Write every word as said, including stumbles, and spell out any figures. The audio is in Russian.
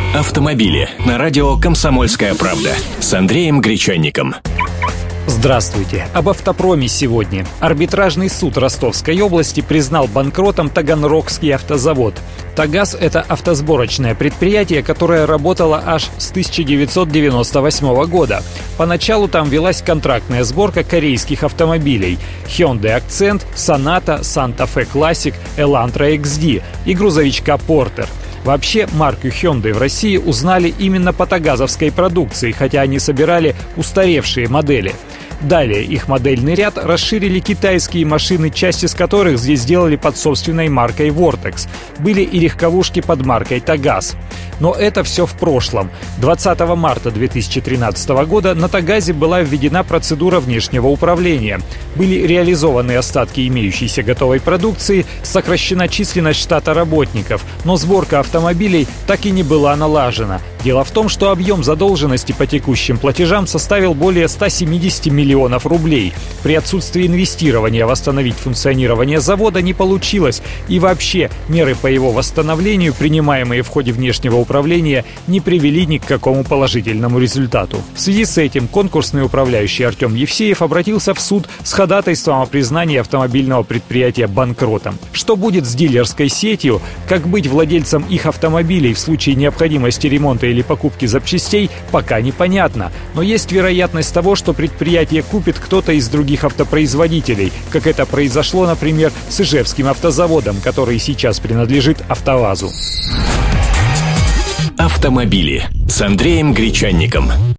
Автомобили на радио «Комсомольская правда» с Андреем Гречанником. Здравствуйте. Об автопроме сегодня. Арбитражный суд Ростовской области признал банкротом Таганрогский автозавод. Тагаз – это автосборочное предприятие, которое работало аж с тысяча девятьсот девяносто восьмого года. Поначалу там велась контрактная сборка корейских автомобилей – Hyundai Accent, Sonata, Santa Fe Classic, Elantra икс ди и грузовичка Porter. Вообще, марку Hyundai в России узнали именно по тагазовской продукции, хотя они собирали устаревшие модели. Далее их модельный ряд расширили китайские машины, часть из которых здесь сделали под собственной маркой Vortex. Были и легковушки под маркой Тагаз. Но это все в прошлом. двадцатого марта две тысячи тринадцатого года на Тагазе была введена процедура внешнего управления. Были реализованы остатки имеющейся готовой продукции, сокращена численность штата работников, но сборка автомобилей так и не была налажена. Дело в том, что объем задолженности по текущим платежам составил более ста семидесяти миллионов рублей. При отсутствии инвестирования восстановить функционирование завода не получилось, и вообще меры по его восстановлению, принимаемые в ходе внешнего управления, не привели ни к какому положительному результату. В связи с этим конкурсный управляющий Артем Евсеев обратился в суд с ходатайством о признании автомобильного предприятия банкротом. Что будет с дилерской сетью, как быть владельцем их автомобилей в случае необходимости ремонта или покупки запчастей, пока непонятно. Но есть вероятность того, что предприятие купит кто-то из других автопроизводителей, как это произошло, например, с Ижевским автозаводом, который сейчас принадлежит АвтоВАЗу. Автомобили с Андреем Гречанником.